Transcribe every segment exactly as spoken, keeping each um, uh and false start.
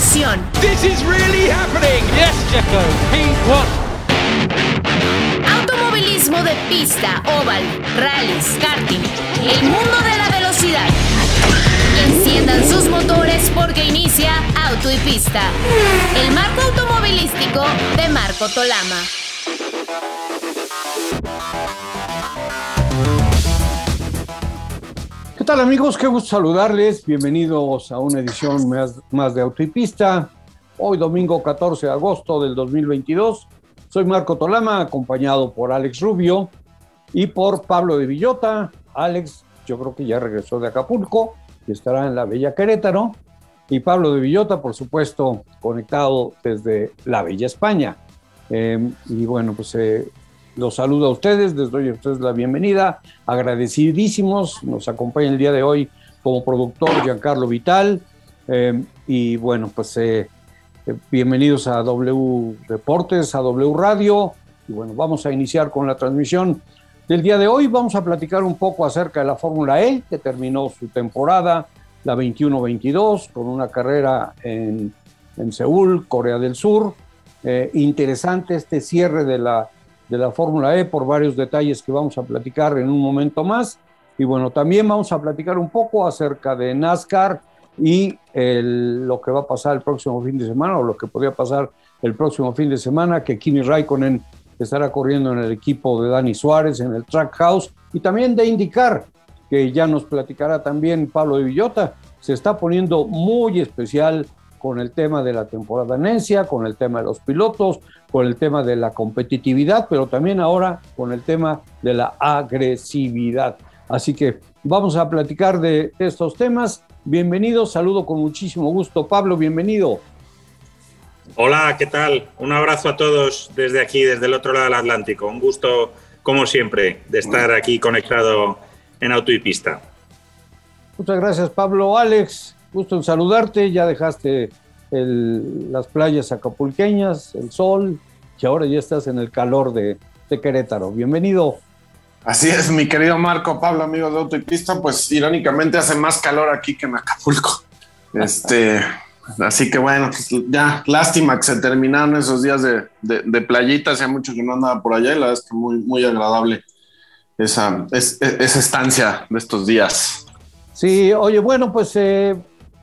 emoción. This is really happening. Yes, Checo. P uno. Automovilismo de pista, oval, rallies, karting, el mundo de la velocidad. Enciendan sus motores porque inicia Auto y Pista, el marco automovilístico de Marco Tolama. ¿Qué tal, amigos? Qué gusto saludarles. Bienvenidos a una edición más, más de Auto y Pista. Hoy domingo catorce de agosto del dos mil veintidós. Soy Marco Tolama, acompañado por Alex Rubio y por Pablo de Villota. Alex, yo creo que ya regresó de Acapulco y estará en la bella Querétaro. Y Pablo de Villota, por supuesto, conectado desde la bella España. Eh, y bueno, pues eh, los saludo a ustedes, les doy a ustedes la bienvenida. Agradecidísimos, nos acompaña el día de hoy como productor Giancarlo Vital. Eh, y bueno, pues eh, bienvenidos a W Deportes, a W Radio. Y bueno, vamos a iniciar con la transmisión del día de hoy. Vamos a platicar un poco acerca de la Fórmula E, que terminó su temporada, la veintiuno veintidós, con una carrera en, en Seúl, Corea del Sur. Eh, interesante este cierre de la, de la Fórmula E por varios detalles que vamos a platicar en un momento más. Y bueno, también vamos a platicar un poco acerca de NASCAR y el, lo que va a pasar el próximo fin de semana, o lo que podría pasar el próximo fin de semana, que Kimi Raikkonen estará corriendo en el equipo de Dani Suárez, en el Trackhouse, y también de IndyCar, que ya nos platicará también Pablo de Villota. Se está poniendo muy especial con el tema de la temporada necia, con el tema de los pilotos, con el tema de la competitividad, pero también ahora con el tema de la agresividad. Así que vamos a platicar de estos temas. Bienvenidos, saludo con muchísimo gusto. Pablo, bienvenido. Hola, ¿qué tal? Un abrazo a todos desde aquí, desde el otro lado del Atlántico. Un gusto, como siempre, de estar aquí conectado en Auto y Pista. Muchas gracias, Pablo. Alex, gusto en saludarte. Ya dejaste el, las playas acapulqueñas, el sol, y ahora ya estás en el calor de, de Querétaro. Bienvenido. Así es, mi querido Marco, Pablo, amigos de Auto y Pista. Pues irónicamente hace más calor aquí que en Acapulco. Este, así que bueno, pues ya, lástima que se terminaron esos días de, de, de playita. Hacía mucho que no andaba por allá y la verdad es que muy, muy agradable esa, es, esa estancia de estos días. Sí, oye, bueno, pues eh,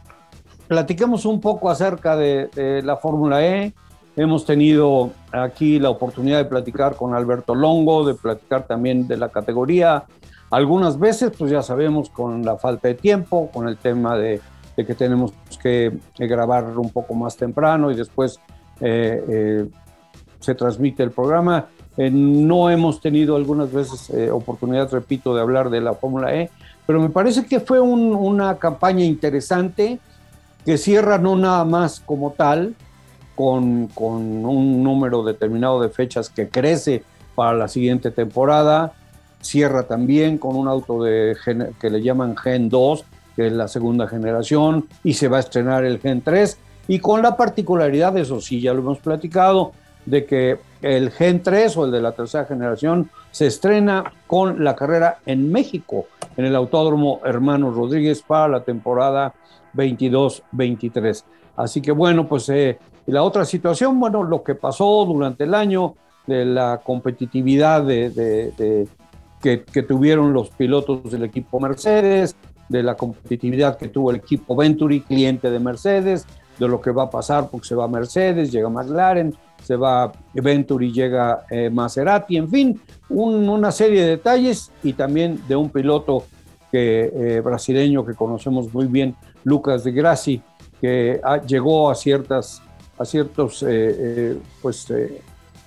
platiquemos un poco acerca de, de la Fórmula E. Hemos tenido aquí la oportunidad de platicar con Alberto Longo, de platicar también de la categoría. Algunas veces, pues ya sabemos, con la falta de tiempo, con el tema de, de que tenemos que grabar un poco más temprano y después eh, eh, se transmite el programa. Eh, no hemos tenido algunas veces eh, oportunidad, repito, de hablar de la Fórmula E, pero me parece que fue un, una campaña interesante que cierra no nada más como tal, Con, con un número determinado de fechas que crece para la siguiente temporada. Cierra también con un auto de gen, que le llaman Gen dos, que es la segunda generación, y se va a estrenar el Gen tres, y con la particularidad, eso sí, ya lo hemos platicado, de que el Gen tres o el de la tercera generación se estrena con la carrera en México, en el Autódromo Hermanos Rodríguez para la temporada veintidós veintitrés. Así que bueno, pues eh, y la otra situación, bueno, lo que pasó durante el año, de la competitividad de, de, de, que, que tuvieron los pilotos del equipo Mercedes, de la competitividad que tuvo el equipo Venturi, cliente de Mercedes, de lo que va a pasar porque se va Mercedes, llega McLaren, se va Venturi, llega eh, Maserati, en fin, un, una serie de detalles, y también de un piloto que, eh, brasileño que conocemos muy bien, Lucas de Grassi, que ah, llegó a ciertas a ciertos eh, eh, pues, eh,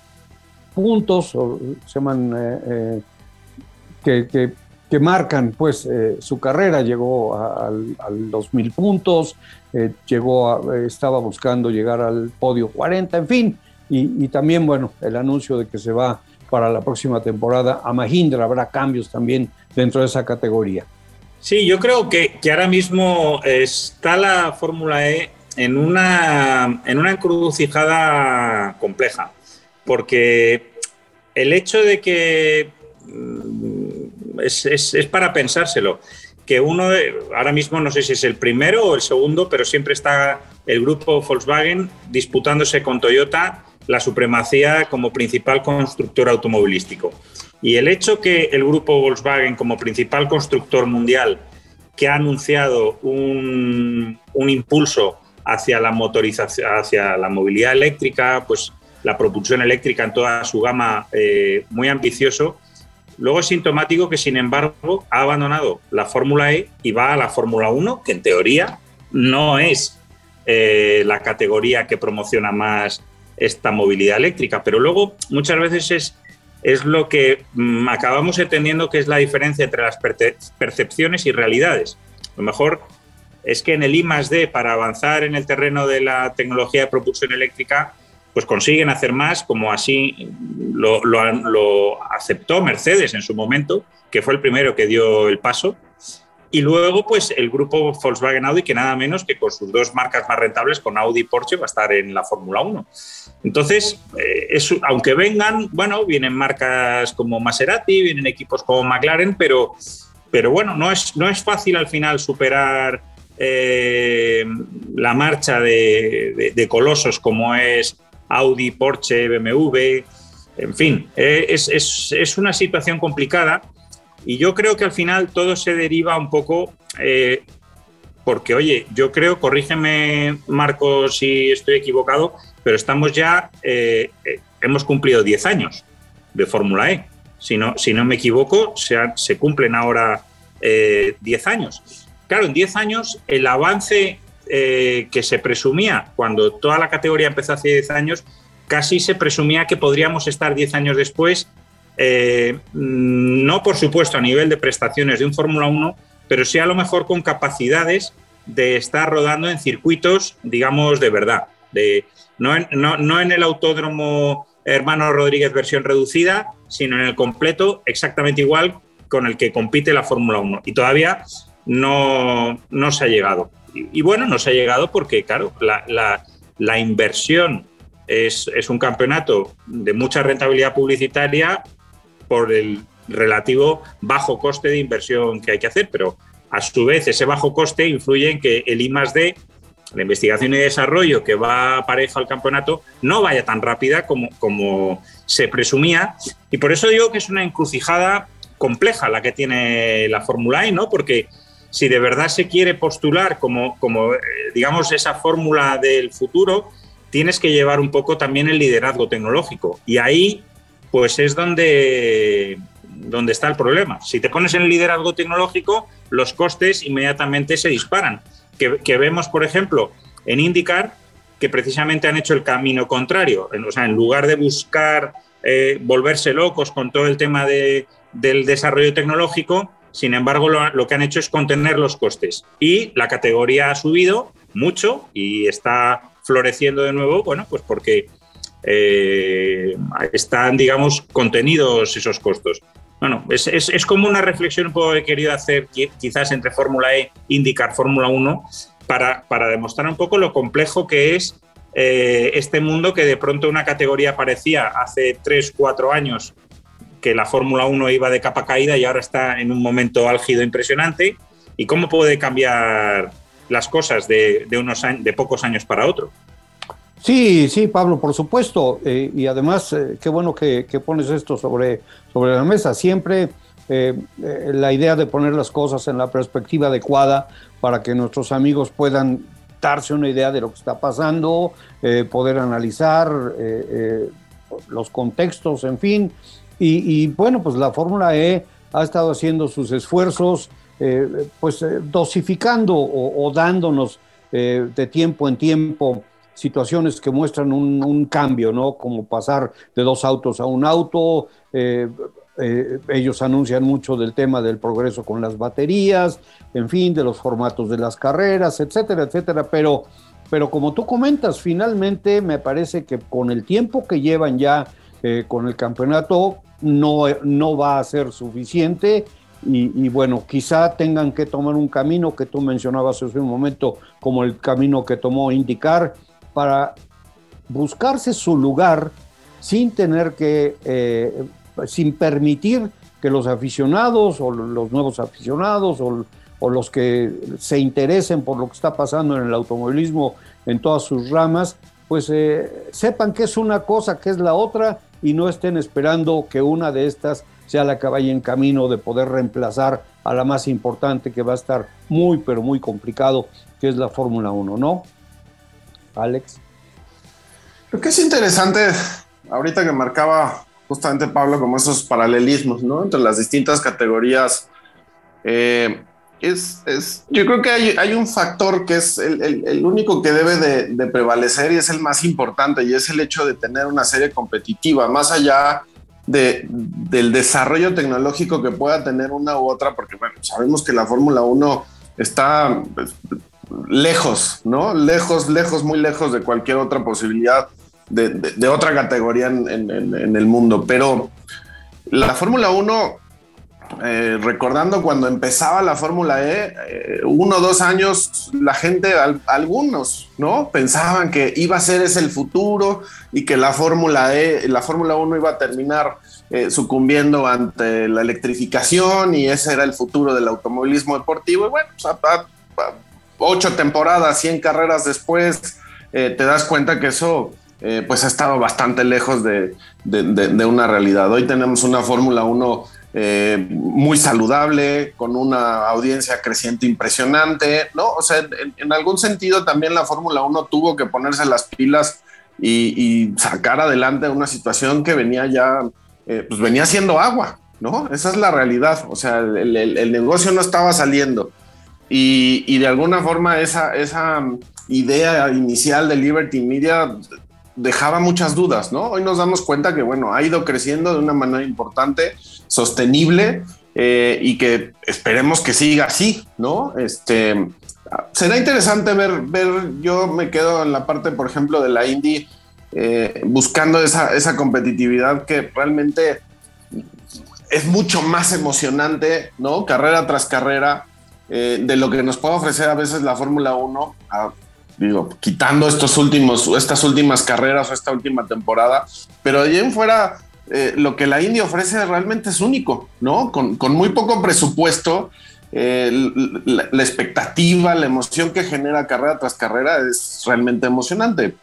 puntos, o se llaman, eh, eh, que, que, que marcan pues, eh, su carrera. Llegó a, a, a los mil puntos, eh, llegó a, eh, estaba buscando llegar al podio cuarenta, en fin, y, y también, bueno, el anuncio de que se va para la próxima temporada a Mahindra. Habrá cambios también dentro de esa categoría. Sí, yo creo que, que ahora mismo está la Fórmula E en una, en una encrucijada compleja, porque el hecho de que es, es, es para pensárselo, que uno, ahora mismo no sé si es el primero o el segundo, pero siempre está el grupo Volkswagen disputándose con Toyota la supremacía como principal constructor automovilístico. Y el hecho que el grupo Volkswagen, como principal constructor mundial, que ha anunciado un, un impulso hacia la motorización, hacia la movilidad eléctrica, pues la propulsión eléctrica en toda su gama, eh, muy ambicioso, luego es sintomático que, sin embargo, ha abandonado la Fórmula E y va a la Fórmula uno, que en teoría no es eh, la categoría que promociona más esta movilidad eléctrica, pero luego muchas veces es, es lo que mmm, acabamos entendiendo que es la diferencia entre las perce- percepciones y realidades. A lo mejor es que en el I más D, para avanzar en el terreno de la tecnología de propulsión eléctrica, pues consiguen hacer más, como así lo, lo, lo aceptó Mercedes en su momento, que fue el primero que dio el paso. Y luego, pues, el grupo Volkswagen Audi, que nada menos que con sus dos marcas más rentables, con Audi y Porsche, va a estar en la Fórmula uno. Entonces, eh, es, aunque vengan, bueno, vienen marcas como Maserati, vienen equipos como McLaren, pero, pero bueno, no es, no es fácil al final superar eh, la marcha de, de, de colosos como es Audi, Porsche, B M W, en fin, eh, es, es, es una situación complicada. Y yo creo que al final todo se deriva un poco eh, porque, oye, yo creo, corrígeme, Marco, si estoy equivocado, pero estamos ya, eh, eh, hemos cumplido diez años de Fórmula E. Si no, si no me equivoco, se, ha, se cumplen ahora eh, diez años. Claro, en diez años el avance eh, que se presumía cuando toda la categoría empezó hace diez años, casi se presumía que podríamos estar diez años después. Eh, no, por supuesto, a nivel de prestaciones de un Fórmula uno, pero sí a lo mejor con capacidades de estar rodando en circuitos, digamos, de verdad. De, no, en, no, no en el autódromo Hermano Rodríguez versión reducida, sino en el completo, exactamente igual con el que compite la Fórmula uno. Y todavía no, no se ha llegado. Y, y bueno, no se ha llegado porque, claro, la, la, la inversión es, es un campeonato de mucha rentabilidad publicitaria por el relativo bajo coste de inversión que hay que hacer, pero a su vez ese bajo coste influye en que el I más D, la investigación y desarrollo que va pareja al campeonato, no vaya tan rápida como, como se presumía, y por eso digo que es una encrucijada compleja la que tiene la Fórmula E, ¿no? Porque si de verdad se quiere postular como, como digamos, esa fórmula del futuro, tienes que llevar un poco también el liderazgo tecnológico, y ahí pues es donde, donde está el problema. Si te pones en el liderazgo tecnológico, los costes inmediatamente se disparan. Que, que vemos, por ejemplo, en IndyCar, que precisamente han hecho el camino contrario. O sea, en lugar de buscar eh, volverse locos con todo el tema de, del desarrollo tecnológico, sin embargo, lo, lo que han hecho es contener los costes. Y la categoría ha subido mucho y está floreciendo de nuevo, bueno, pues porque Eh, están, digamos, contenidos esos costos. Bueno, es, es, es como una reflexión un poco que he querido hacer quizás entre Fórmula E, IndyCar, Fórmula uno, para, para demostrar un poco lo complejo que es eh, este mundo, que de pronto una categoría parecía hace tres, cuatro años que la Fórmula uno iba de capa caída y ahora está en un momento álgido impresionante, y cómo puede cambiar las cosas de, de, unos años, de pocos años para otro. Sí, sí, Pablo, por supuesto. Eh, y además, eh, qué bueno que, que pones esto sobre, sobre la mesa. Siempre eh, eh, la idea de poner las cosas en la perspectiva adecuada para que nuestros amigos puedan darse una idea de lo que está pasando, eh, poder analizar eh, eh, los contextos, en fin. Y, y bueno, pues la Fórmula E ha estado haciendo sus esfuerzos, eh, pues eh, dosificando o, o dándonos eh, de tiempo en tiempo situaciones que muestran un, un cambio, ¿no? Como pasar de dos autos a un auto. Eh, eh, ellos anuncian mucho del tema del progreso con las baterías, en fin, de los formatos de las carreras, etcétera, etcétera. Pero, pero como tú comentas, finalmente me parece que con el tiempo que llevan ya eh, con el campeonato no, no va a ser suficiente. Y, y bueno, quizá tengan que tomar un camino que tú mencionabas hace un momento, como el camino que tomó IndyCar, para buscarse su lugar sin tener que, eh, sin permitir que los aficionados o los nuevos aficionados o, o los que se interesen por lo que está pasando en el automovilismo en todas sus ramas, pues eh, sepan que es una cosa, que es la otra, y no estén esperando que una de estas sea la que vaya en camino de poder reemplazar a la más importante, que va a estar muy, pero muy complicado, que es la Fórmula uno, ¿no? Alex. Lo que es interesante, ahorita que marcaba justamente Pablo, como esos paralelismos, ¿no? Entre las distintas categorías, eh, es, es, yo creo que hay, hay un factor que es el, el, el único que debe de, de prevalecer y es el más importante, y es el hecho de tener una serie competitiva, más allá de, del desarrollo tecnológico que pueda tener una u otra, porque bueno, sabemos que la Fórmula uno está pues, lejos, ¿no? Lejos, lejos, muy lejos de cualquier otra posibilidad de, de, de otra categoría en, en, en el mundo, pero la Fórmula uno... Eh, recordando cuando empezaba la Fórmula E, eh, uno o dos años, la gente, al, algunos, ¿no? Pensaban que iba a ser ese el futuro y que la Fórmula E, la Fórmula uno iba a terminar eh, sucumbiendo ante la electrificación y ese era el futuro del automovilismo deportivo. Y bueno, pues a, a, a ocho temporadas, cien carreras después, eh, te das cuenta que eso eh, pues ha estado bastante lejos de, de, de, de una realidad. Hoy tenemos una Fórmula uno Eh, muy saludable, con una audiencia creciente impresionante, ¿no? O sea, en, en algún sentido también la Fórmula uno tuvo que ponerse las pilas y, y sacar adelante una situación que venía ya, eh, pues venía siendo agua, ¿no? Esa es la realidad, o sea, el, el, el negocio no estaba saliendo y, y de alguna forma esa, esa idea inicial de Liberty Media dejaba muchas dudas, ¿no? Hoy nos damos cuenta que, bueno, ha ido creciendo de una manera importante, sostenible, eh, y que esperemos que siga así, ¿no? Este, será interesante ver, ver, yo me quedo en la parte, por ejemplo, de la Indy, eh, buscando esa, esa competitividad que realmente es mucho más emocionante, ¿no? Carrera tras carrera, eh, de lo que nos puede ofrecer a veces la Fórmula uno, a, digo, quitando estos últimos, estas últimas carreras o esta última temporada, pero de ahí en fuera, eh, lo que la Indy ofrece realmente es único, ¿no? Con, con muy poco presupuesto, eh, la, la expectativa, la emoción que genera carrera tras carrera es realmente emocionante.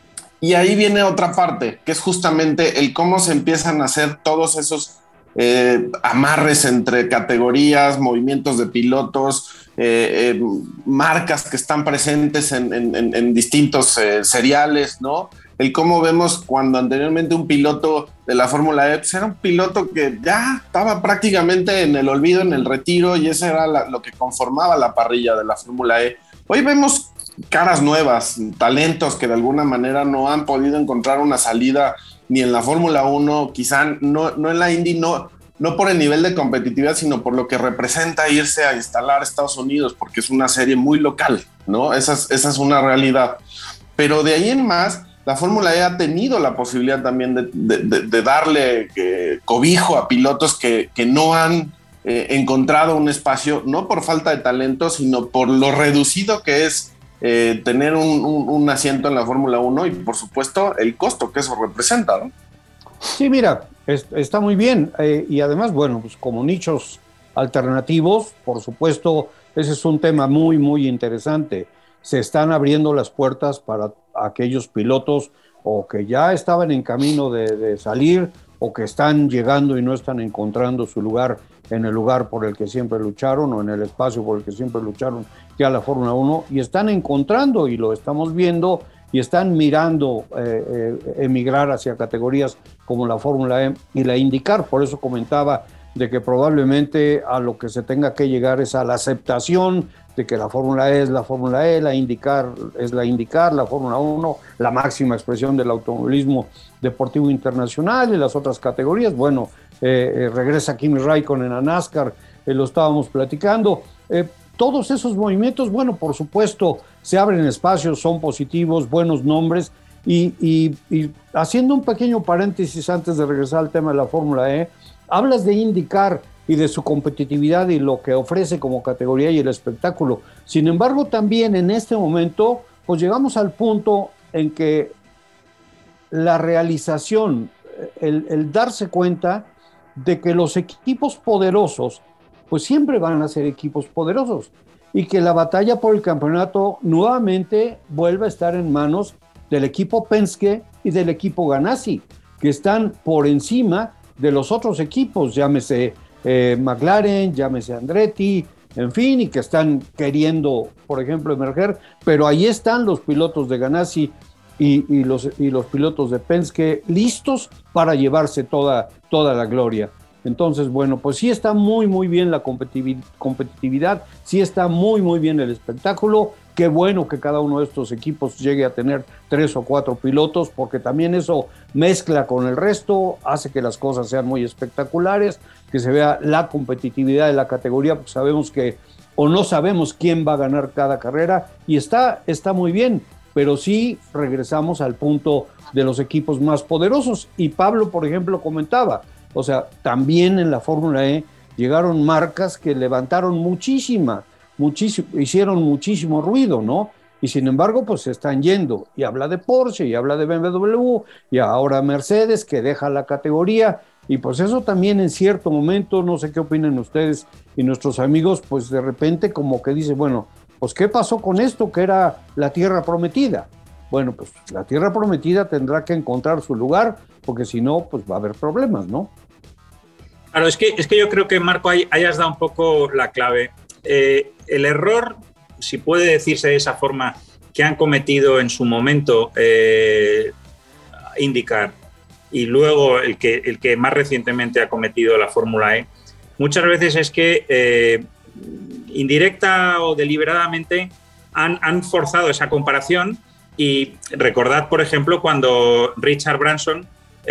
Y ahí viene otra parte, que es justamente el cómo se empiezan a hacer todos esos eh, amarres entre categorías, movimientos de pilotos, eh, eh, marcas que están presentes en, en, en distintos eh, seriales, ¿no? El cómo vemos cuando anteriormente un piloto de la Fórmula E pues era un piloto que ya estaba prácticamente en el olvido, en el retiro, y ese era la, lo que conformaba la parrilla de la Fórmula E. Hoy vemos caras nuevas, talentos que de alguna manera no han podido encontrar una salida ni en la Fórmula uno, quizá no, no en la Indy, no, no por el nivel de competitividad, sino por lo que representa irse a instalar a Estados Unidos, porque es una serie muy local, ¿no? Esa es, esa es una realidad. Pero de ahí en más, la Fórmula E ha tenido la posibilidad también de, de, de, de darle eh, cobijo a pilotos que, que no han eh, encontrado un espacio, no por falta de talento, sino por lo reducido que es Eh, tener un, un, un asiento en la Fórmula uno y por supuesto el costo que eso representa, ¿no? Sí, mira, es, está muy bien, eh, y además, bueno, pues como nichos alternativos, por supuesto, ese es un tema muy, muy interesante. Se están abriendo las puertas para aquellos pilotos o que ya estaban en camino de, de salir o que están llegando y no están encontrando su lugar en el lugar por el que siempre lucharon o en el espacio por el que siempre lucharon, que a la Fórmula uno, y están encontrando, y lo estamos viendo, y están mirando eh, eh, emigrar hacia categorías como la Fórmula E y la IndyCar. Por eso comentaba de que probablemente a lo que se tenga que llegar es a la aceptación de que la Fórmula E es la Fórmula E, la IndyCar es la IndyCar, la Fórmula uno, la máxima expresión del automovilismo deportivo internacional, y las otras categorías, bueno, eh, eh, regresa Kimi Raikkonen a NASCAR, eh, lo estábamos platicando. Eh, todos esos movimientos, bueno, por supuesto, se abren espacios, son positivos, buenos nombres, y, y, y haciendo un pequeño paréntesis antes de regresar al tema de la Fórmula E, hablas de IndyCar y de su competitividad y lo que ofrece como categoría y el espectáculo. Sin embargo, también en este momento, pues llegamos al punto en que la realización, el, el darse cuenta de que los equipos poderosos pues siempre van a ser equipos poderosos y que la batalla por el campeonato nuevamente vuelva a estar en manos del equipo Penske y del equipo Ganassi, que están por encima de los otros equipos, llámese eh, McLaren, llámese Andretti, en fin, y que están queriendo, por ejemplo, emerger, pero ahí están los pilotos de Ganassi y, y, los, y los pilotos de Penske listos para llevarse toda, toda la gloria. Entonces, bueno, pues sí está muy, muy bien la competitividad, sí está muy, muy bien el espectáculo. Qué bueno que cada uno de estos equipos llegue a tener tres o cuatro pilotos, porque también eso mezcla con el resto, hace que las cosas sean muy espectaculares, que se vea la competitividad de la categoría, porque sabemos que, o no sabemos quién va a ganar cada carrera, y está, está muy bien, pero sí regresamos al punto de los equipos más poderosos. Y Pablo, por ejemplo, comentaba, o sea, también en la Fórmula E llegaron marcas que levantaron muchísima, muchísimo, hicieron muchísimo ruido, ¿no? Y sin embargo, pues se están yendo. Y habla de Porsche, y habla de B M W, y ahora Mercedes, que deja la categoría. Y pues eso también en cierto momento, no sé qué opinan ustedes y nuestros amigos, pues de repente como que dice, bueno, pues ¿qué pasó con esto que era la tierra prometida? Bueno, pues la tierra prometida tendrá que encontrar su lugar, porque si no, pues va a haber problemas, ¿no? Claro, es que, es que yo creo que, Marco, ahí hayas dado un poco la clave. Eh, el error, si puede decirse de esa forma, que han cometido en su momento eh, IndyCar y luego el que, el que más recientemente ha cometido la Fórmula E, muchas veces es que eh, indirecta o deliberadamente han, han forzado esa comparación. Y recordad, por ejemplo, cuando Richard Branson,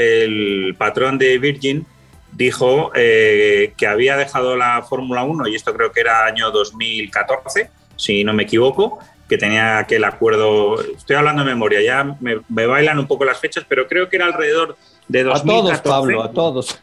el patrón de Virgin, dijo eh, que había dejado la Fórmula uno, y esto creo que era año dos mil catorce, si no me equivoco, que tenía aquel acuerdo, estoy hablando de memoria, ya me, me bailan un poco las fechas, pero creo que era alrededor de dos mil catorce. A todos, Pablo, a todos.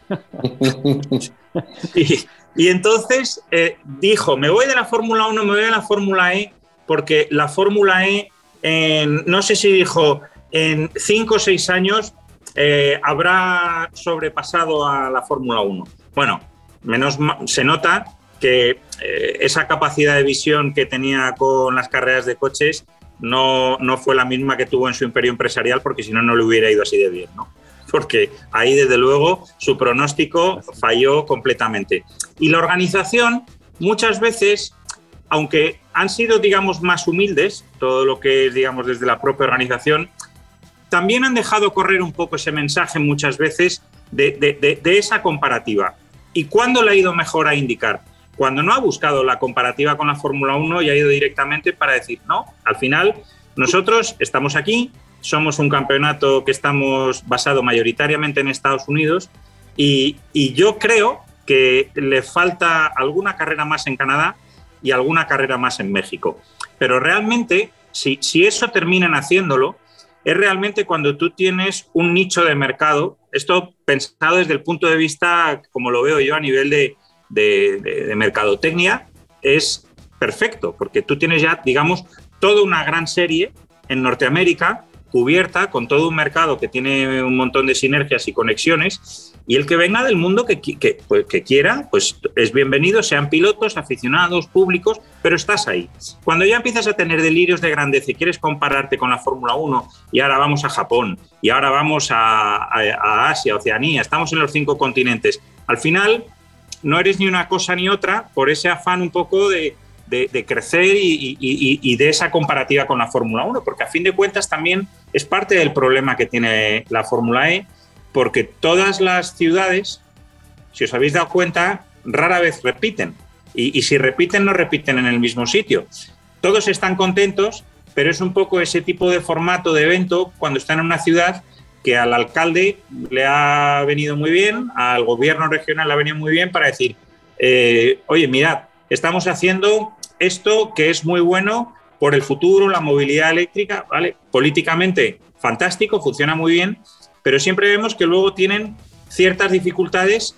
y, y entonces eh, dijo, me voy de la Fórmula uno, me voy de la Fórmula E, porque la Fórmula E, en, no sé si dijo, en cinco o seis años eh, habrá sobrepasado a la Fórmula uno. Bueno, menos se nota que eh, esa capacidad de visión que tenía con las carreras de coches no, no fue la misma que tuvo en su imperio empresarial, porque si no, no le hubiera ido así de bien, ¿no? Porque ahí, desde luego, su pronóstico falló completamente. Y la organización, muchas veces, aunque han sido, digamos, más humildes, todo lo que es, digamos, desde la propia organización, también han dejado correr un poco ese mensaje muchas veces de, de, de, de esa comparativa. ¿Y cuándo le ha ido mejor a IndyCar? Cuando no ha buscado la comparativa con la Fórmula uno y ha ido directamente para decir, no, al final nosotros estamos aquí, somos un campeonato que estamos basado mayoritariamente en Estados Unidos y, y yo creo que le falta alguna carrera más en Canadá y alguna carrera más en México. Pero realmente, si, si eso terminan haciéndolo, es realmente cuando tú tienes un nicho de mercado, esto pensado desde el punto de vista, como lo veo yo a nivel de, de, de, de mercadotecnia, es perfecto, porque tú tienes ya, digamos, toda una gran serie en Norteamérica cubierta con todo un mercado que tiene un montón de sinergias y conexiones, y el que venga del mundo que, que, pues, que quiera, pues es bienvenido, sean pilotos, aficionados, públicos, pero estás ahí. Cuando ya empiezas a tener delirios de grandeza y quieres compararte con la Fórmula uno, y ahora vamos a Japón, y ahora vamos a, a, a Asia, Oceanía, estamos en los cinco continentes, al final no eres ni una cosa ni otra por ese afán un poco de, de, de crecer y, y, y de esa comparativa con la Fórmula uno, porque a fin de cuentas también es parte del problema que tiene la Fórmula E, porque todas las ciudades, si os habéis dado cuenta, rara vez repiten. Y, y si repiten, no repiten en el mismo sitio. Todos están contentos, pero es un poco ese tipo de formato de evento cuando están en una ciudad que al alcalde le ha venido muy bien, al gobierno regional le ha venido muy bien para decir, eh, oye, mirad, estamos haciendo esto que es muy bueno por el futuro, la movilidad eléctrica, ¿vale? Políticamente fantástico, funciona muy bien, pero siempre vemos que luego tienen ciertas dificultades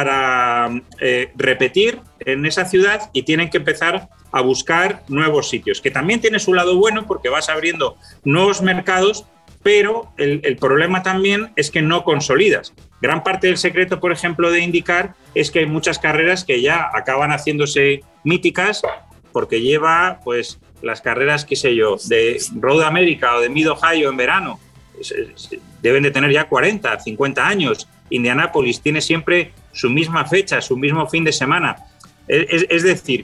para eh, repetir en esa ciudad y tienen que empezar a buscar nuevos sitios, que también tiene su lado bueno porque vas abriendo nuevos mercados, pero el, el problema también es que no consolidas. Gran parte del secreto, por ejemplo, de IndyCar es que hay muchas carreras que ya acaban haciéndose míticas porque lleva, pues, las carreras, qué sé yo, de Road America o de Mid Ohio en verano, deben de tener ya cuarenta, cincuenta años. Indianápolis tiene siempre su misma fecha, su mismo fin de semana. Es, es decir,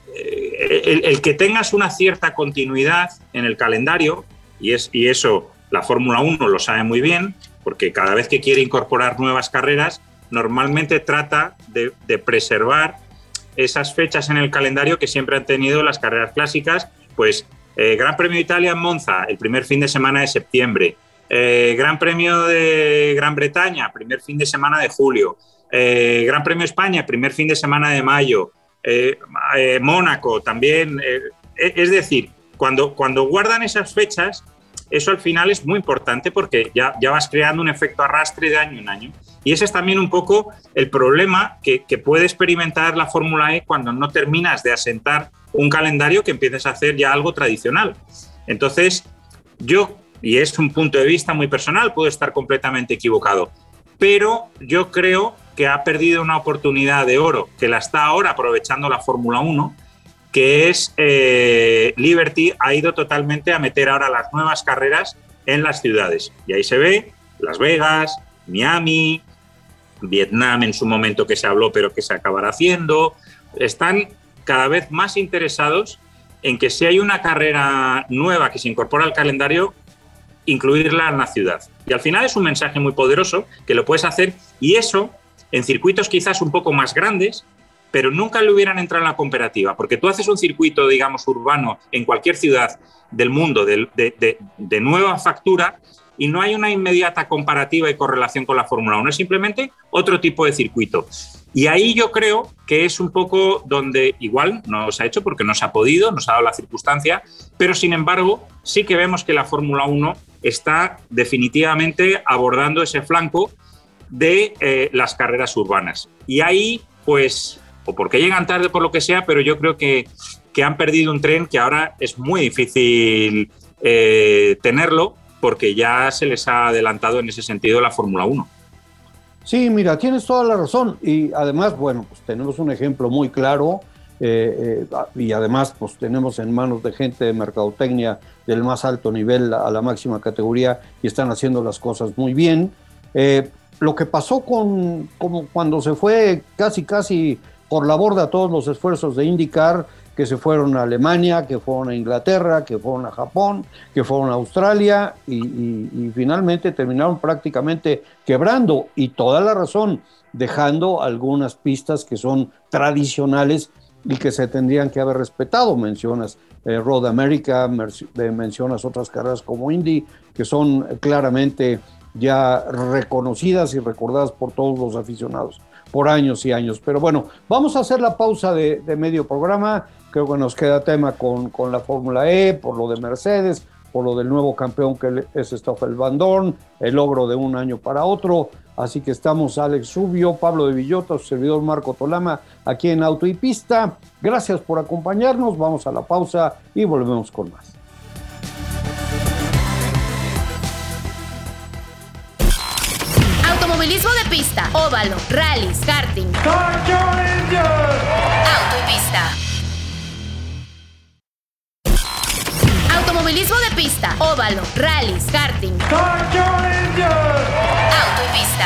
el, el que tengas una cierta continuidad en el calendario, y, es, y eso la Fórmula uno lo sabe muy bien, porque cada vez que quiere incorporar nuevas carreras, normalmente trata de, de preservar esas fechas en el calendario que siempre han tenido las carreras clásicas, pues eh, Gran Premio de Italia en Monza, el primer fin de semana de septiembre, eh, Gran Premio de Gran Bretaña, primer fin de semana de julio, eh, Gran Premio de España, primer fin de semana de mayo, eh, eh, Mónaco también, eh, es decir, cuando, cuando guardan esas fechas, eso al final es muy importante porque ya, ya vas creando un efecto arrastre de año en año. Y ese es también un poco el problema que, que puede experimentar la Fórmula E cuando no terminas de asentar un calendario que empieces a hacer ya algo tradicional. Entonces, yo, y es un punto de vista muy personal, puedo estar completamente equivocado, pero yo creo que ha perdido una oportunidad de oro, que la está ahora aprovechando la Fórmula uno, que es eh, Liberty ha ido totalmente a meter ahora las nuevas carreras en las ciudades. Y ahí se ve Las Vegas, Miami, Vietnam en su momento que se habló pero que se acabará haciendo. Están cada vez más interesados en que si hay una carrera nueva que se incorpora al calendario, incluirla en la ciudad. Y al final es un mensaje muy poderoso que lo puedes hacer, y eso en circuitos quizás un poco más grandes, pero nunca le hubieran entrado en la comparativa, porque tú haces un circuito, digamos, urbano en cualquier ciudad del mundo de, de, de, de nueva factura y no hay una inmediata comparativa y correlación con la Fórmula uno, es simplemente otro tipo de circuito. Y ahí yo creo que es un poco donde igual no se ha hecho porque no se ha podido, no se ha dado la circunstancia, pero sin embargo sí que vemos que la Fórmula uno está definitivamente abordando ese flanco de eh, las carreras urbanas. Y ahí, pues, o porque llegan tarde por lo que sea, pero yo creo que, que han perdido un tren que ahora es muy difícil eh, tenerlo, porque ya se les ha adelantado en ese sentido la Fórmula uno. Sí, mira, tienes toda la razón. Y además, bueno, pues tenemos un ejemplo muy claro eh, eh, y además pues tenemos en manos de gente de mercadotecnia del más alto nivel a la máxima categoría y están haciendo las cosas muy bien. Eh, lo que pasó con como cuando se fue casi, casi por la borda todos los esfuerzos de IndyCar, que se fueron a Alemania, que fueron a Inglaterra, que fueron a Japón, que fueron a Australia y, y, y finalmente terminaron prácticamente quebrando, y toda la razón, dejando algunas pistas que son tradicionales y que se tendrían que haber respetado. Mencionas eh, Road America, mencionas otras carreras como Indy, que son claramente ya reconocidas y recordadas por todos los aficionados por años y años. Pero bueno, vamos a hacer la pausa de, de medio programa. Creo que nos queda tema con, con la Fórmula E, por lo de Mercedes, por lo del nuevo campeón que es Stoffel Van Dorn, el logro de un año para otro. Así que estamos Alex Rubio, Pablo de Villota, su servidor Marco Tolama, aquí en Auto y Pista. Gracias por acompañarnos. Vamos a la pausa y volvemos con más. Automovilismo de pista, óvalo, rallies, karting. Auto y Pista. Automovilismo de pista, óvalo, rallies, karting. Auto y Pista.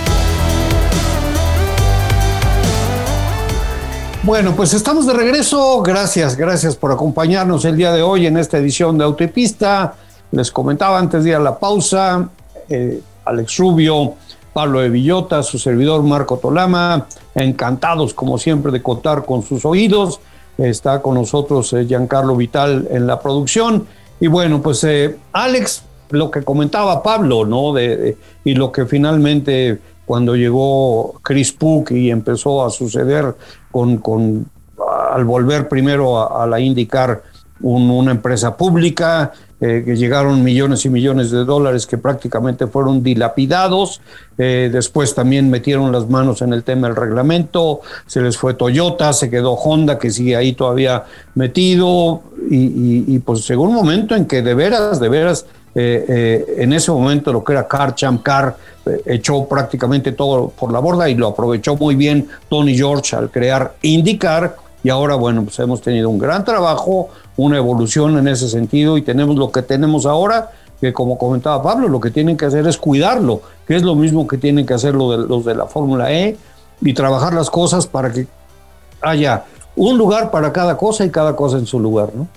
Bueno, pues estamos de regreso. Gracias, gracias por acompañarnos el día de hoy en esta edición de Auto y Pista. Les comentaba antes de ir a la pausa, eh, Alex Rubio, Pablo de Villota, su servidor Marco Tolama, encantados como siempre de contar con sus oídos. Está con nosotros eh, Giancarlo Vital en la producción. Y bueno, pues eh, Alex, lo que comentaba Pablo, ¿no? De, de, y lo que finalmente cuando llegó Chris Puck y empezó a suceder con, con al volver primero a, a la IndyCar un, una empresa pública, Eh, que llegaron millones y millones de dólares que prácticamente fueron dilapidados. Eh, después también metieron las manos en el tema del reglamento, se les fue Toyota, se quedó Honda, que sigue ahí todavía metido, y, y, y pues llegó un momento en que de veras, de veras eh, eh, en ese momento lo que era Car Champ Car eh, echó prácticamente todo por la borda y lo aprovechó muy bien Tony George al crear IndyCar, y ahora bueno, pues hemos tenido un gran trabajo, una evolución en ese sentido y tenemos lo que tenemos ahora, que como comentaba Pablo, lo que tienen que hacer es cuidarlo, que es lo mismo que tienen que hacer los de, los de la Fórmula E, y trabajar las cosas para que haya un lugar para cada cosa y cada cosa en su lugar, ¿no?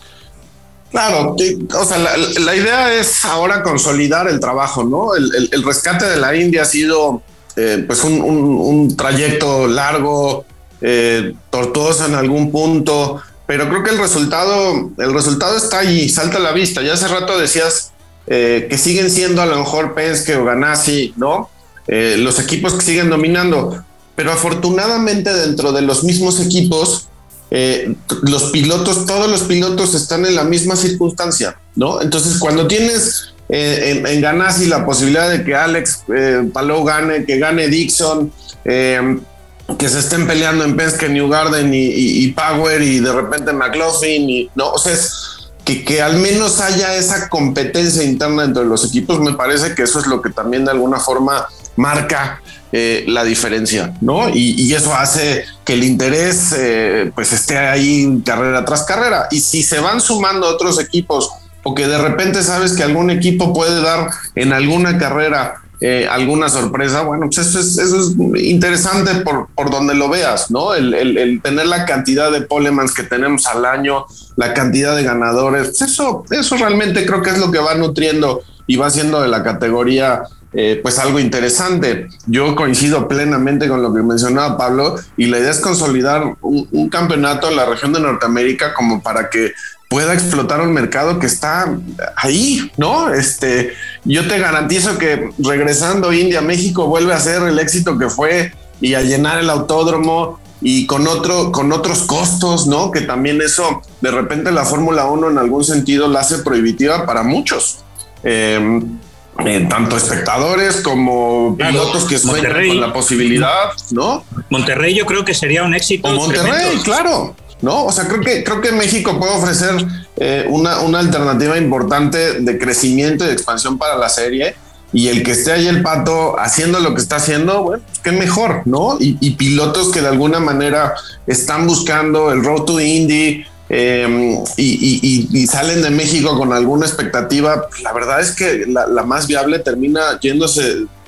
Claro, o sea, la, la idea es ahora consolidar el trabajo, ¿no? El, el, el rescate de la Indy ha sido eh, pues un, un, un trayecto largo, eh, tortuoso en algún punto, pero creo que el resultado, el resultado está ahí, salta a la vista. Ya hace rato decías eh, que siguen siendo a lo mejor Penske o Ganassi, ¿no? Eh, los equipos que siguen dominando, pero afortunadamente dentro de los mismos equipos, eh, los pilotos, todos los pilotos están en la misma circunstancia, ¿no? Entonces cuando tienes eh, en, en Ganassi la posibilidad de que Alex eh, Palou gane, que gane Dixon, eh, que se estén peleando en Penske, Newgarden y, y, y Power y de repente McLaughlin, y, ¿no? O sea, es que, que al menos haya esa competencia interna entre los equipos. Me parece que eso es lo que también de alguna forma marca eh, la diferencia, ¿no? Y, y eso hace que el interés eh, pues esté ahí carrera tras carrera. Y si se van sumando otros equipos o que de repente sabes que algún equipo puede dar en alguna carrera Eh, alguna sorpresa, bueno, pues eso es, eso es interesante por, por donde lo veas, ¿no? El, el, el tener la cantidad de polemans que tenemos al año, la cantidad de ganadores, pues eso, eso realmente creo que es lo que va nutriendo y va haciendo de la categoría eh, pues algo interesante. Yo coincido plenamente con lo que mencionaba Pablo, y la idea es consolidar un, un campeonato en la región de Norteamérica como para que pueda explotar un mercado que está ahí, ¿no? Este, yo te garantizo que regresando India a México vuelve a ser el éxito que fue, y a llenar el autódromo y con otro, con otros costos, ¿no? Que también eso, de repente la Fórmula uno en algún sentido la hace prohibitiva para muchos. Eh, eh, tanto espectadores como claro, pilotos que sueñan con la posibilidad, ¿no? Monterrey yo creo que sería un éxito. O Monterrey, tremendo. Claro. No, o sea, creo que creo que México puede ofrecer eh, una, una alternativa importante de crecimiento y de expansión para la serie, y el que esté ahí el Pato haciendo lo que está haciendo, bueno, pues qué mejor, ¿no? Y, y pilotos que de alguna manera están buscando el Road to Indy eh, y, y, y, y salen de México con alguna expectativa. La verdad es que la, la más viable termina yéndose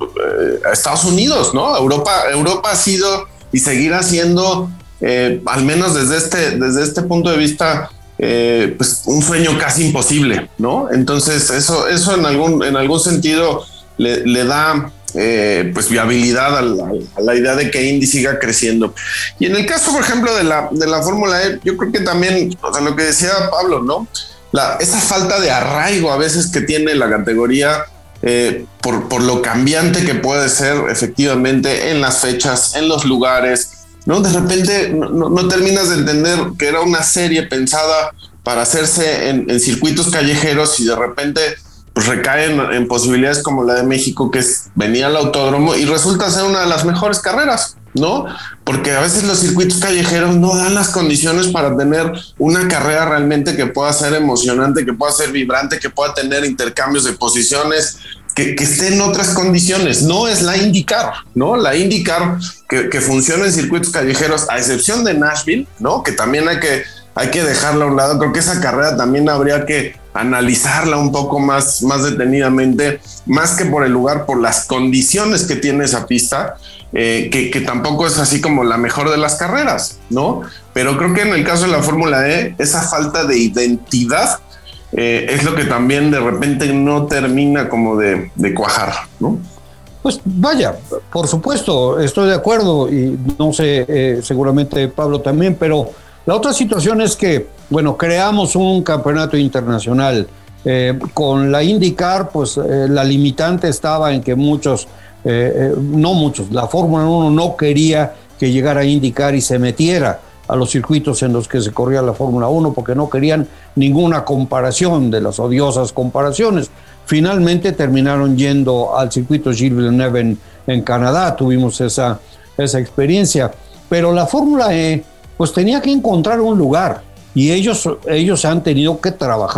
eh, a Estados Unidos, ¿no? Europa, Europa ha sido y seguirá siendo, Eh, al menos desde este, desde este punto de vista, eh, pues un sueño casi imposible, ¿no? Entonces eso, eso en algún, en algún sentido le, le da eh, pues viabilidad a la, a la idea de que Indy siga creciendo. Y en el caso, por ejemplo, de la, de la Fórmula E, yo creo que también, o sea, lo que decía Pablo, ¿no? La, esa falta de arraigo a veces que tiene la categoría, eh, por, por lo cambiante que puede ser efectivamente en las fechas, en los lugares, ¿no? De repente no, no terminas de entender que era una serie pensada para hacerse en, en circuitos callejeros, y de repente pues recaen en posibilidades como la de México, que es venir al autódromo y resulta ser una de las mejores carreras, ¿no? Porque a veces los circuitos callejeros no dan las condiciones para tener una carrera realmente que pueda ser emocionante, que pueda ser vibrante, que pueda tener intercambios de posiciones, Que, que esté en otras condiciones. No es la IndyCar, ¿no? La IndyCar que, que funciona en circuitos callejeros, a excepción de Nashville, ¿no? Que también hay que, hay que dejarla a un lado. Creo que esa carrera también habría que analizarla un poco más, más detenidamente, más que por el lugar, por las condiciones que tiene esa pista, eh, que, que tampoco es así como la mejor de las carreras, ¿no? Pero creo que en el caso de la Fórmula E, esa falta de identidad Eh, es lo que también de repente no termina como de, de cuajar, ¿no? Pues vaya, por supuesto, estoy de acuerdo, y no sé, eh, seguramente Pablo también, pero la otra situación es que, bueno, creamos un campeonato internacional. Eh, con la IndyCar, pues eh, la limitante estaba en que muchos, eh, eh, no muchos, la Fórmula uno no quería que llegara a IndyCar y se metiera a los circuitos en los que se corría la Fórmula uno, porque no querían ninguna comparación de las odiosas comparaciones. Finalmente terminaron yendo al circuito Gilles Villeneuve en, en Canadá, tuvimos esa, esa experiencia, pero la Fórmula E pues tenía que encontrar un lugar, y ellos, ellos han tenido que trabajar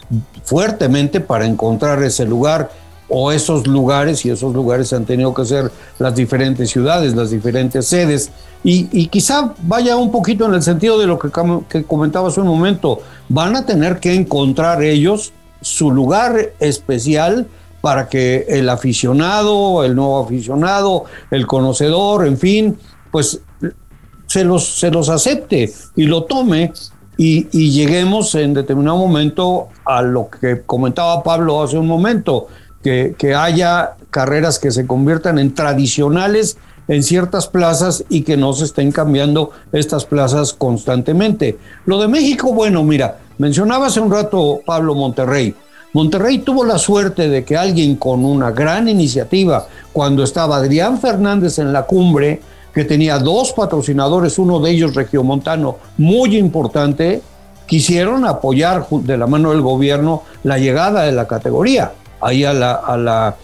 fuertemente para encontrar ese lugar o esos lugares, y esos lugares han tenido que ser las diferentes ciudades, las diferentes sedes, y, y quizá vaya un poquito en el sentido de lo que, que comentaba hace un momento, van a tener que encontrar ellos su lugar especial para que el aficionado, el nuevo aficionado, el conocedor, en fin, pues se los, se los acepte y lo tome, y, y lleguemos en determinado momento a lo que comentaba Pablo hace un momento, que, que haya carreras que se conviertan en tradicionales en ciertas plazas y que no se estén cambiando estas plazas constantemente. Lo de México, bueno, mira, mencionaba hace un rato Pablo Monterrey. Monterrey tuvo la suerte de que alguien con una gran iniciativa, cuando estaba Adrián Fernández en la cumbre, que tenía dos patrocinadores, uno de ellos regiomontano muy importante, quisieron apoyar de la mano del gobierno la llegada de la categoría ahí a la, a la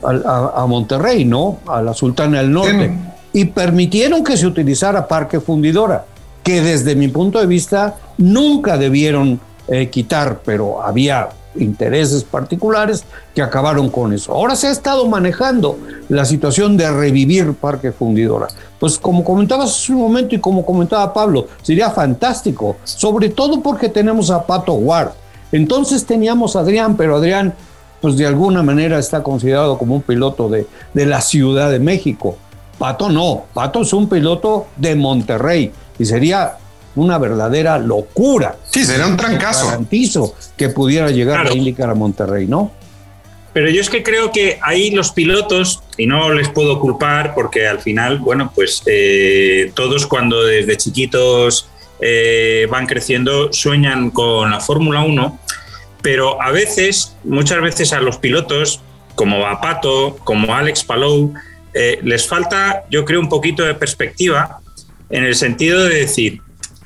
a, a Monterrey, ¿no? A la Sultana del Norte. Sí. Y permitieron que se utilizara Parque Fundidora, que desde mi punto de vista nunca debieron eh, quitar, pero había intereses particulares que acabaron con eso. Ahora se ha estado manejando la situación de revivir Parque Fundidora. Pues como comentabas hace un momento y como comentaba Pablo, sería fantástico, sobre todo porque tenemos a Pato Ward. Entonces teníamos a Adrián, pero Adrián pues de alguna manera está considerado como un piloto de, de la Ciudad de México. Pato no, Pato es un piloto de Monterrey y sería una verdadera locura. Sí, sería un trancazo. Garantizo que pudiera llegar claro. a IndyCar a Monterrey, ¿no? Pero yo es que creo que ahí los pilotos, y no les puedo culpar porque al final, bueno, pues eh, todos cuando desde chiquitos eh, van creciendo sueñan con la Fórmula uno, pero a veces, muchas veces a los pilotos, como a Pato, como a Alex Palou, eh, les falta, yo creo, un poquito de perspectiva en el sentido de decir,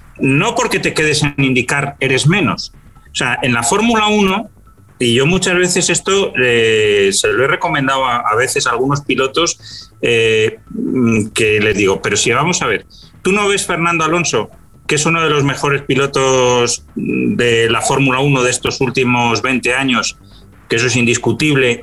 no porque te quedes en IndyCar eres menos. O sea, en la Fórmula uno, y yo muchas veces esto eh, se lo he recomendado a, a veces a algunos pilotos eh, que les digo, pero si vamos a ver, tú no ves Fernando Alonso, que es uno de los mejores pilotos de la Fórmula uno de estos últimos veinte años, que eso es indiscutible,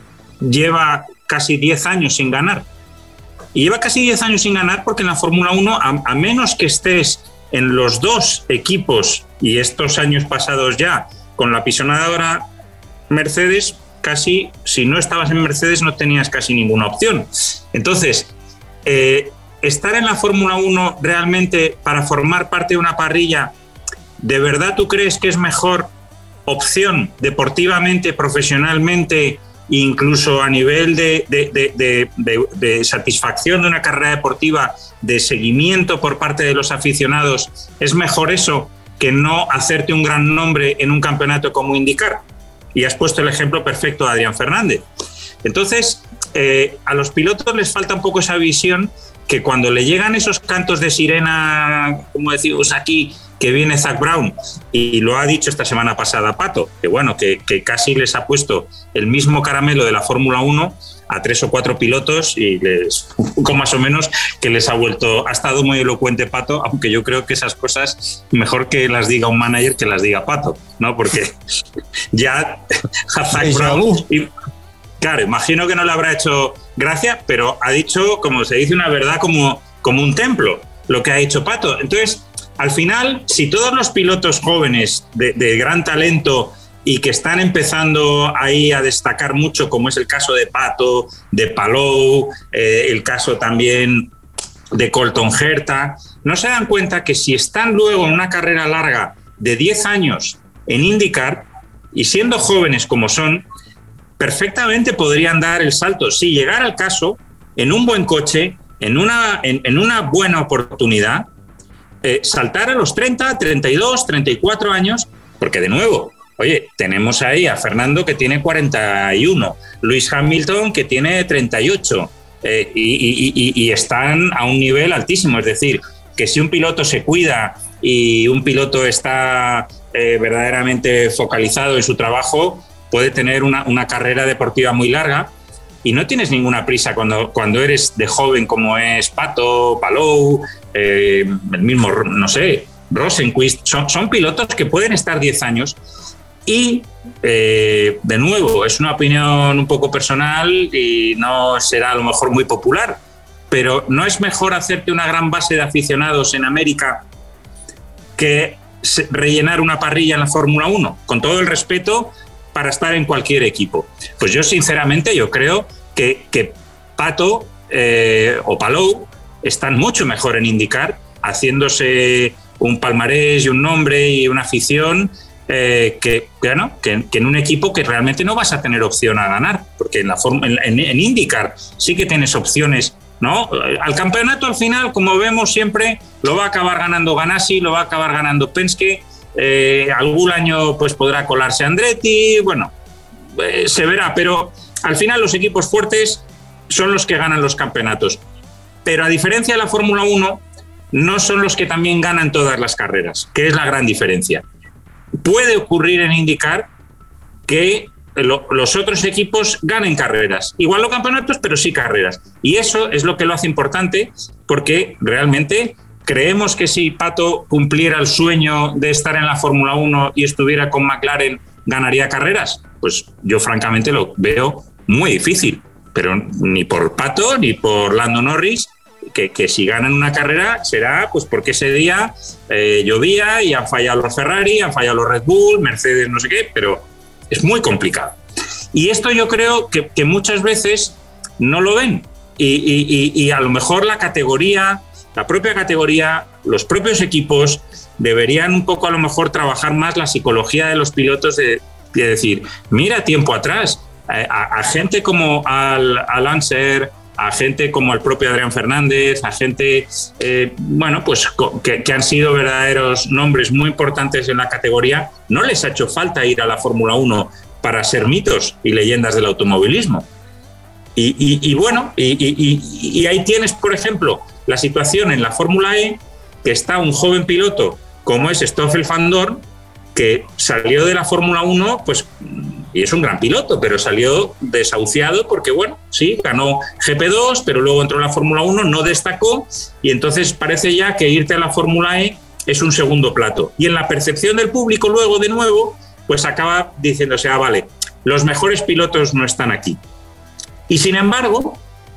lleva casi diez años sin ganar. Y lleva casi diez años sin ganar porque en la Fórmula uno, a, a menos que estés en los dos equipos, y estos años pasados ya, con la pisonadora Mercedes, casi, si no estabas en Mercedes, no tenías casi ninguna opción. Entonces, eh, estar en la Fórmula uno realmente para formar parte de una parrilla, ¿de verdad tú crees que es mejor opción deportivamente, profesionalmente, incluso a nivel de, de, de, de, de, de satisfacción de una carrera deportiva, de seguimiento por parte de los aficionados? ¿Es mejor eso que no hacerte un gran nombre en un campeonato como IndyCar? Y has puesto el ejemplo perfecto de Adrián Fernández. Entonces, eh, a los pilotos les falta un poco esa visión, que cuando le llegan esos cantos de sirena, como decimos aquí, que viene Zak Brown, y lo ha dicho esta semana pasada Pato, que bueno, que, que casi les ha puesto el mismo caramelo de la Fórmula uno a tres o cuatro pilotos, y les, con más o menos, que les ha vuelto, ha estado muy elocuente Pato, aunque yo creo que esas cosas mejor que las diga un manager que las diga Pato, ¿no? Porque ya a Zak Brown... Y, claro, imagino que no le habrá hecho gracia, pero ha dicho, como se dice, una verdad como, como un templo, lo que ha dicho Pato. Entonces, al final, si todos los pilotos jóvenes de, de gran talento y que están empezando ahí a destacar mucho, como es el caso de Pato, de Palou, eh, el caso también de Colton Herta, no se dan cuenta que si están luego en una carrera larga de diez años en IndyCar, y siendo jóvenes como son, perfectamente podrían dar el salto, si llegara el caso, en un buen coche, en una, en, en una buena oportunidad, eh, saltar a los treinta, treinta y dos, treinta y cuatro años, porque de nuevo, oye, tenemos ahí a Fernando que tiene cuarenta y uno, Lewis Hamilton que tiene treinta y ocho, eh, y, y, y, y están a un nivel altísimo, es decir, que si un piloto se cuida y un piloto está eh, verdaderamente focalizado en su trabajo, puede tener una, una carrera deportiva muy larga, y no tienes ninguna prisa cuando, cuando eres de joven, como es Pato, Palou, eh, el mismo, no sé, Rosenqvist. Son, son pilotos que pueden estar diez años Y, eh, de nuevo, es una opinión un poco personal y no será a lo mejor muy popular, pero ¿no es mejor hacerte una gran base de aficionados en América que rellenar una parrilla en la Fórmula uno? Con todo el respeto para estar en cualquier equipo. Pues yo, sinceramente, yo creo que, que Pato eh, o Palou están mucho mejor en IndyCar, haciéndose un palmarés y un nombre y una afición eh, que, bueno, que, que en un equipo que realmente no vas a tener opción a ganar, porque en, la en, en, en IndyCar sí que tienes opciones, ¿no? Al campeonato, al final, como vemos siempre, lo va a acabar ganando Ganassi, lo va a acabar ganando Penske, eh, algún año pues podrá colarse Andretti, bueno, eh, se verá, pero al final los equipos fuertes son los que ganan los campeonatos. Pero a diferencia de la Fórmula uno, no son los que también ganan todas las carreras, que es la gran diferencia. Puede ocurrir en IndyCar que lo, los otros equipos ganen carreras. Igual no campeonatos, pero sí carreras. Y eso es lo que lo hace importante, porque realmente creemos que si Pato cumpliera el sueño de estar en la Fórmula uno y estuviera con McLaren, ¿ganaría carreras? Pues yo francamente lo veo muy difícil. Pero ni por Pato ni por Lando Norris, que, que si ganan una carrera será pues porque ese día eh, llovía y han fallado los Ferrari, han fallado los Red Bull, Mercedes, no sé qué, pero es muy complicado. Y esto yo creo que, que muchas veces no lo ven y, y, y, y a lo mejor la categoría, la propia categoría, los propios equipos deberían un poco a lo mejor trabajar más la psicología de los pilotos de, de decir, mira tiempo atrás, A, a gente como al, al Lancer, a gente como el propio Adrián Fernández, a gente, eh, bueno, pues que, que han sido verdaderos nombres muy importantes en la categoría, no les ha hecho falta ir a la Fórmula uno para ser mitos y leyendas del automovilismo. Y, y, y bueno, y, y, y ahí tienes, por ejemplo, la situación en la Fórmula E, que está un joven piloto como es Stoffel Van Dorn, que salió de la Fórmula uno, pues, y es un gran piloto, pero salió desahuciado porque, bueno, sí, ganó G P dos, pero luego entró en la Fórmula uno, no destacó, y entonces parece ya que irte a la Fórmula E es un segundo plato. Y en la percepción del público luego, de nuevo, pues acaba diciéndose, ah, vale, los mejores pilotos no están aquí. Y sin embargo,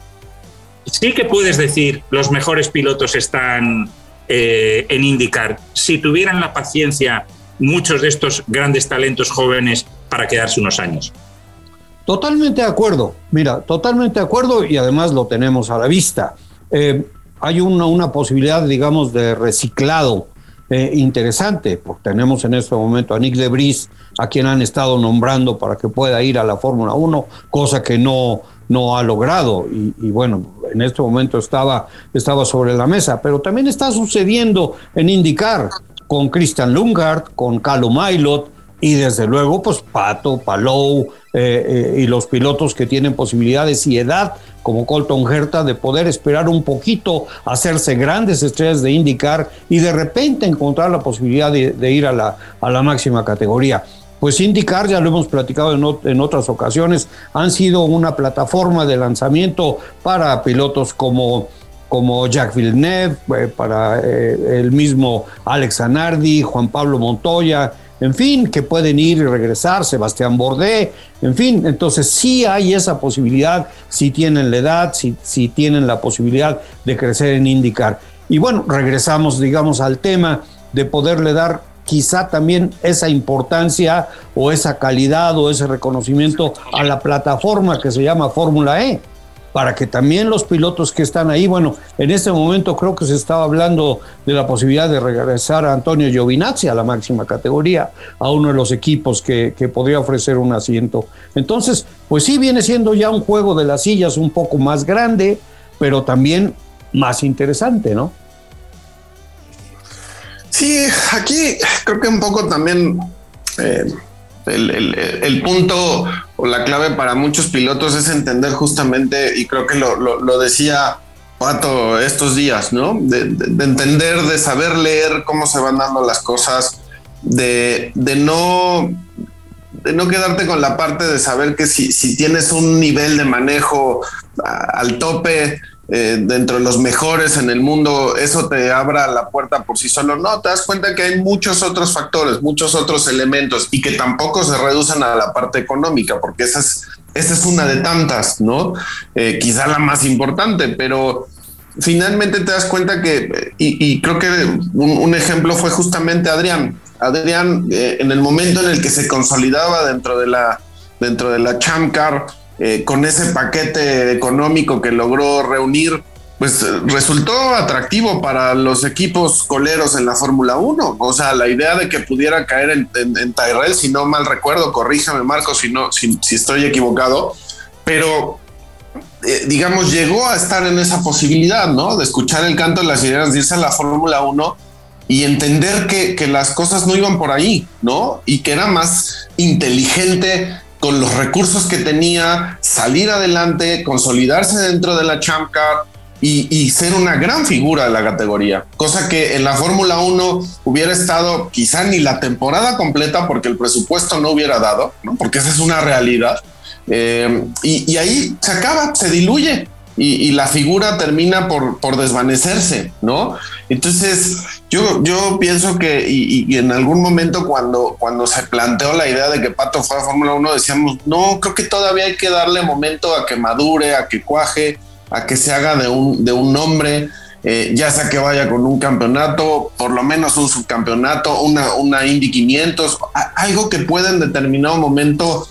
sí que puedes decir, los mejores pilotos están eh, en IndyCar, si tuvieran la paciencia muchos de estos grandes talentos jóvenes para quedarse unos años. Totalmente de acuerdo, mira, totalmente de acuerdo y además lo tenemos a la vista. Eh, hay una, una posibilidad, digamos, de reciclado eh, interesante, porque tenemos en este momento a Nick de Vries, a quien han estado nombrando para que pueda ir a la Fórmula uno, cosa que no, no ha logrado y, y bueno, en este momento estaba, estaba sobre la mesa, pero también está sucediendo en IndyCar, con Christian Lundgaard, con Callum Ilott y desde luego pues Pato, Palou eh, eh, y los pilotos que tienen posibilidades y edad como Colton Herta de poder esperar un poquito, hacerse grandes estrellas de IndyCar y de repente encontrar la posibilidad de, de ir a la, a la máxima categoría. Pues IndyCar, ya lo hemos platicado en, en otras ocasiones, han sido una plataforma de lanzamiento para pilotos como como Jacques Villeneuve, eh, para eh, el mismo Alex Zanardi, Juan Pablo Montoya, en fin, que pueden ir y regresar, Sebastián Bourdais, en fin, entonces sí hay esa posibilidad, si tienen la edad, si, si tienen la posibilidad de crecer en IndyCar. Y bueno, regresamos, digamos, al tema de poderle dar quizá también esa importancia o esa calidad o ese reconocimiento a la plataforma que se llama Fórmula E, para que también los pilotos que están ahí, bueno, en este momento creo que se estaba hablando de la posibilidad de regresar a Antonio Giovinazzi a la máxima categoría, a uno de los equipos que, que podría ofrecer un asiento. Entonces, pues sí viene siendo ya un juego de las sillas un poco más grande, pero también más interesante, ¿no? Sí, aquí creo que un poco también eh, el, el, el punto o la clave para muchos pilotos es entender justamente, y creo que lo, lo, lo decía Pato estos días, ¿no? De, de, de entender, de saber leer cómo se van dando las cosas, de, de no... de no quedarte con la parte de saber que si, si tienes un nivel de manejo a, al tope, eh, dentro de los mejores en el mundo, eso te abra la puerta por sí solo. No, te das cuenta que hay muchos otros factores, muchos otros elementos y que tampoco se reducen a la parte económica, porque esa es, esa es una de tantas, ¿no? Eh, quizá la más importante, pero finalmente te das cuenta que, y, y creo que un, un ejemplo fue justamente Adrián. Adrián, eh, en el momento en el que se consolidaba dentro de la, dentro de la Champ Car, eh, con ese paquete económico que logró reunir, pues eh, resultó atractivo para los equipos coleros en la Fórmula uno. O sea, la idea de que pudiera caer en, en, en Tyrrell, si no mal recuerdo, corríjame Marco si, no, si, si estoy equivocado, pero eh, digamos, llegó a estar en esa posibilidad, ¿no? De escuchar el canto de las sirenas, de irse a la Fórmula uno y entender que, que las cosas no iban por ahí, ¿no? Y que era más inteligente con los recursos que tenía, salir adelante, consolidarse dentro de la Champ Car y, y ser una gran figura de la categoría. Cosa que en la Fórmula uno hubiera estado quizá ni la temporada completa porque el presupuesto no hubiera dado, ¿no? Porque esa es una realidad. Eh, y, y ahí se acaba, se diluye. Y, y la figura termina por, por desvanecerse, ¿no? Entonces, yo, yo pienso que, y, y en algún momento cuando, cuando se planteó la idea de que Pato fuera a Fórmula uno, decíamos, no, creo que todavía hay que darle momento a que madure, a que cuaje, a que se haga de un, de un nombre, eh, ya sea que vaya con un campeonato, por lo menos un subcampeonato, una, una Indy quinientos, algo que pueda en determinado momento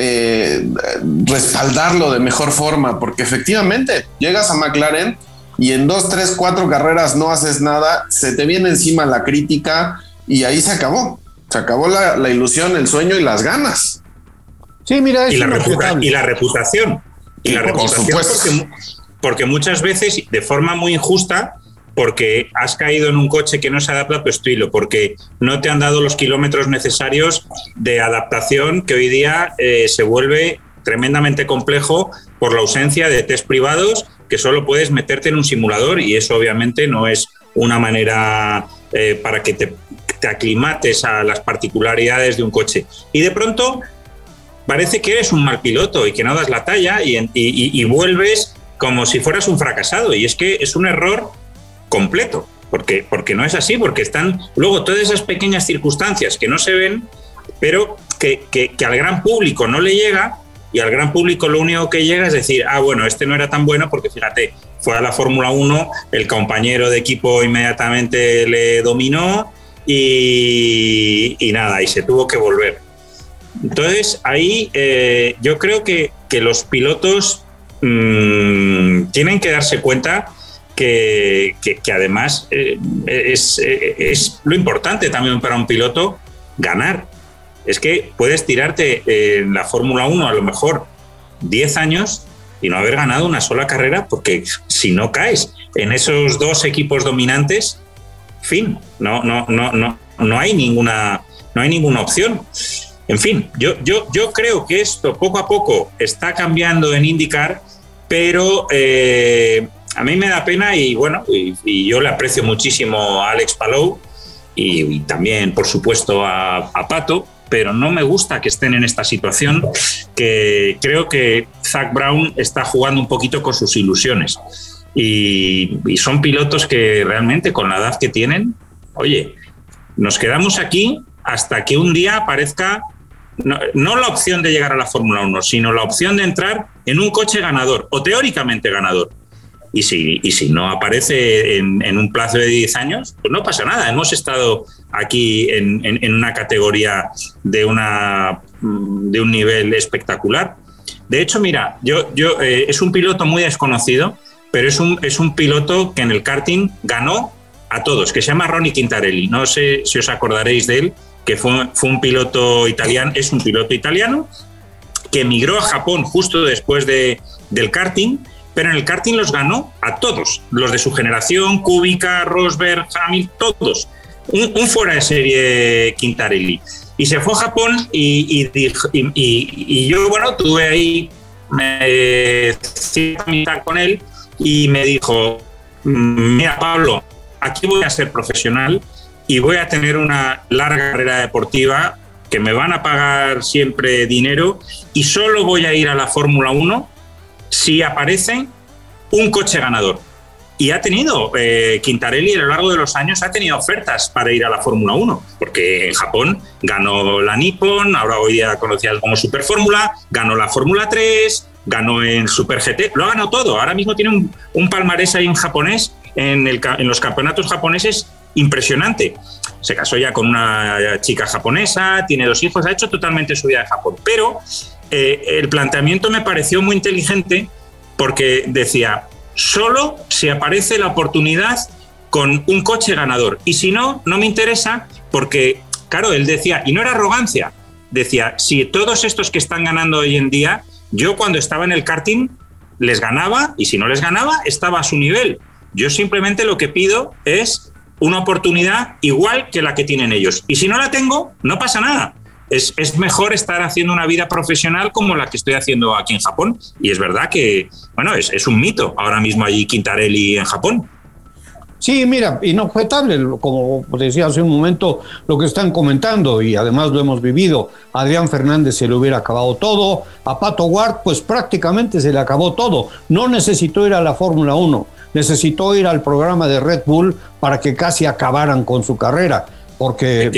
Eh, respaldarlo de mejor forma, porque efectivamente llegas a McLaren y en dos, tres, cuatro carreras no haces nada, se te viene encima la crítica y ahí se acabó, se acabó la, la ilusión, el sueño y las ganas. Sí, mira, es y, la reputa- y la reputación y, y la reputación porque, porque muchas veces de forma muy injusta, porque has caído en un coche que no se adapta a tu estilo, porque no te han dado los kilómetros necesarios de adaptación, que hoy día eh, se vuelve tremendamente complejo por la ausencia de test privados, que solo puedes meterte en un simulador, y eso obviamente no es una manera eh, para que te, te aclimates a las particularidades de un coche. Y de pronto parece que eres un mal piloto y que no das la talla y, y, y, y vuelves como si fueras un fracasado, y es que es un error completo, porque, porque no es así, porque están luego todas esas pequeñas circunstancias que no se ven, pero que, que, que al gran público no le llega, y al gran público lo único que llega es decir, ah, bueno, este no era tan bueno porque fíjate, fue a la Fórmula uno, el compañero de equipo inmediatamente le dominó y, y nada, y se tuvo que volver. Entonces ahí eh, yo creo que, que los pilotos mmm, tienen que darse cuenta Que, que, que además eh, es, es lo importante también para un piloto ganar. Es que puedes tirarte en la Fórmula uno a lo mejor diez años y no haber ganado una sola carrera, porque si no caes en esos dos equipos dominantes, fin, no, no, no, no, no hay ninguna, no hay ninguna opción. En fin, yo, yo, yo creo que esto poco a poco está cambiando en IndyCar, pero eh, a mí me da pena y bueno, y, y yo le aprecio muchísimo a Alex Palou y, y también, por supuesto, a, a Pato, pero no me gusta que estén en esta situación, que creo que Zak Brown está jugando un poquito con sus ilusiones. Y, y son pilotos que realmente, con la edad que tienen, oye, nos quedamos aquí hasta que un día aparezca no, no la opción de llegar a la Fórmula uno, sino la opción de entrar en un coche ganador, o teóricamente ganador. Y si, y si no aparece en, en un plazo de diez años, pues no pasa nada. Hemos estado aquí en, en, en una categoría de, una, de un nivel espectacular. De hecho, mira, yo, yo, eh, es un piloto muy desconocido, pero es un, es un piloto que en el karting ganó a todos, que se llama Ronnie Quintarelli. No sé si os acordaréis de él, que fue, fue un piloto italiano, es un piloto italiano que emigró a Japón justo después de, del karting, pero en el karting los ganó a todos, los de su generación, Kubica, Rosberg, Hamilton, todos. Un, un fuera de serie Quintarelli. Y se fue a Japón y, y, y, y, y yo, bueno, tuve ahí eh, cierta amistad con él y me dijo, mira, Pablo, aquí voy a ser profesional y voy a tener una larga carrera deportiva que me van a pagar siempre dinero y solo voy a ir a la Fórmula uno si aparecen un coche ganador. Y ha tenido, eh, Quintarelli a lo largo de los años ha tenido ofertas para ir a la Fórmula uno, porque en Japón ganó la Nippon, ahora hoy día conocida como Super Fórmula, ganó la Fórmula tres, ganó en Super G T, lo ha ganado todo. Ahora mismo tiene un, un palmarés ahí en japonés, en, el, en los campeonatos japoneses, impresionante. Se casó ya con una chica japonesa, tiene dos hijos, ha hecho totalmente su vida de Japón. Pero eh, el planteamiento me pareció muy inteligente porque decía, solo si aparece la oportunidad con un coche ganador. Y si no, no me interesa porque, claro, él decía, y no era arrogancia, decía, si todos estos que están ganando hoy en día, yo cuando estaba en el karting les ganaba y si no les ganaba, estaba a su nivel. Yo simplemente lo que pido es una oportunidad igual que la que tienen ellos. Y si no la tengo, no pasa nada. Es, es mejor estar haciendo una vida profesional como la que estoy haciendo aquí en Japón. Y es verdad que, bueno, es, es un mito ahora mismo allí Quintarelli en Japón. Sí, mira, inobjetable, como decía hace un momento, lo que están comentando, y además lo hemos vivido. A Adrián Fernández se le hubiera acabado todo, a Pato Ward pues prácticamente se le acabó todo. No necesitó ir a la Fórmula uno, necesitó ir al programa de Red Bull para que casi acabaran con su carrera. Porque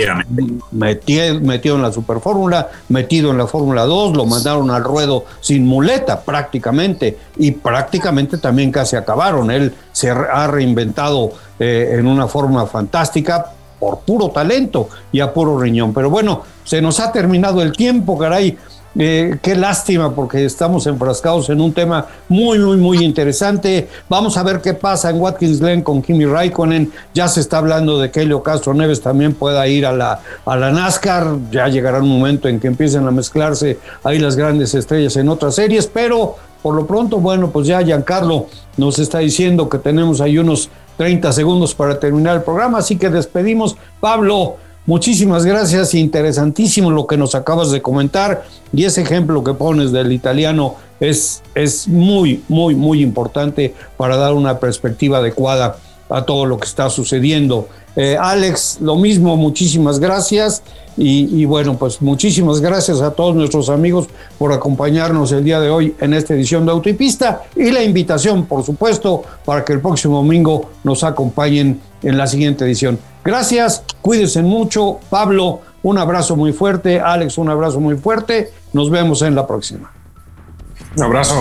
metió, metió en la Superfórmula, metido en la Fórmula dos, lo mandaron al ruedo sin muleta prácticamente, y prácticamente también casi acabaron. Él se ha reinventado eh, en una forma fantástica por puro talento y a puro riñón. Pero bueno, se nos ha terminado el tiempo, caray. Eh, qué lástima, porque estamos enfrascados en un tema muy, muy, muy interesante. Vamos a ver qué pasa en Watkins Glen con Kimi Raikkonen. Ya se está hablando de que Helio Castro Neves también pueda ir a la, a la NASCAR. Ya llegará un momento en que empiecen a mezclarse ahí las grandes estrellas en otras series, pero por lo pronto, bueno, pues ya Giancarlo nos está diciendo que tenemos ahí unos treinta segundos para terminar el programa, así que despedimos. Pablo, muchísimas gracias, interesantísimo lo que nos acabas de comentar, y ese ejemplo que pones del italiano es, es muy, muy, muy importante para dar una perspectiva adecuada a todo lo que está sucediendo. Eh, Alex, lo mismo, muchísimas gracias, y, y bueno, pues muchísimas gracias a todos nuestros amigos por acompañarnos el día de hoy en esta edición de Auto y Pista, y la invitación, por supuesto, para que el próximo domingo nos acompañen en la siguiente edición. Gracias, cuídense mucho. Pablo, un abrazo muy fuerte. Alex, un abrazo muy fuerte. Nos vemos en la próxima. Un abrazo.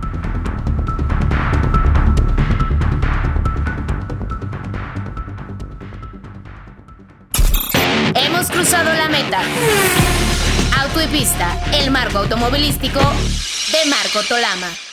Hemos cruzado la meta. Auto y Pista, el marco automovilístico de Marco Tolama.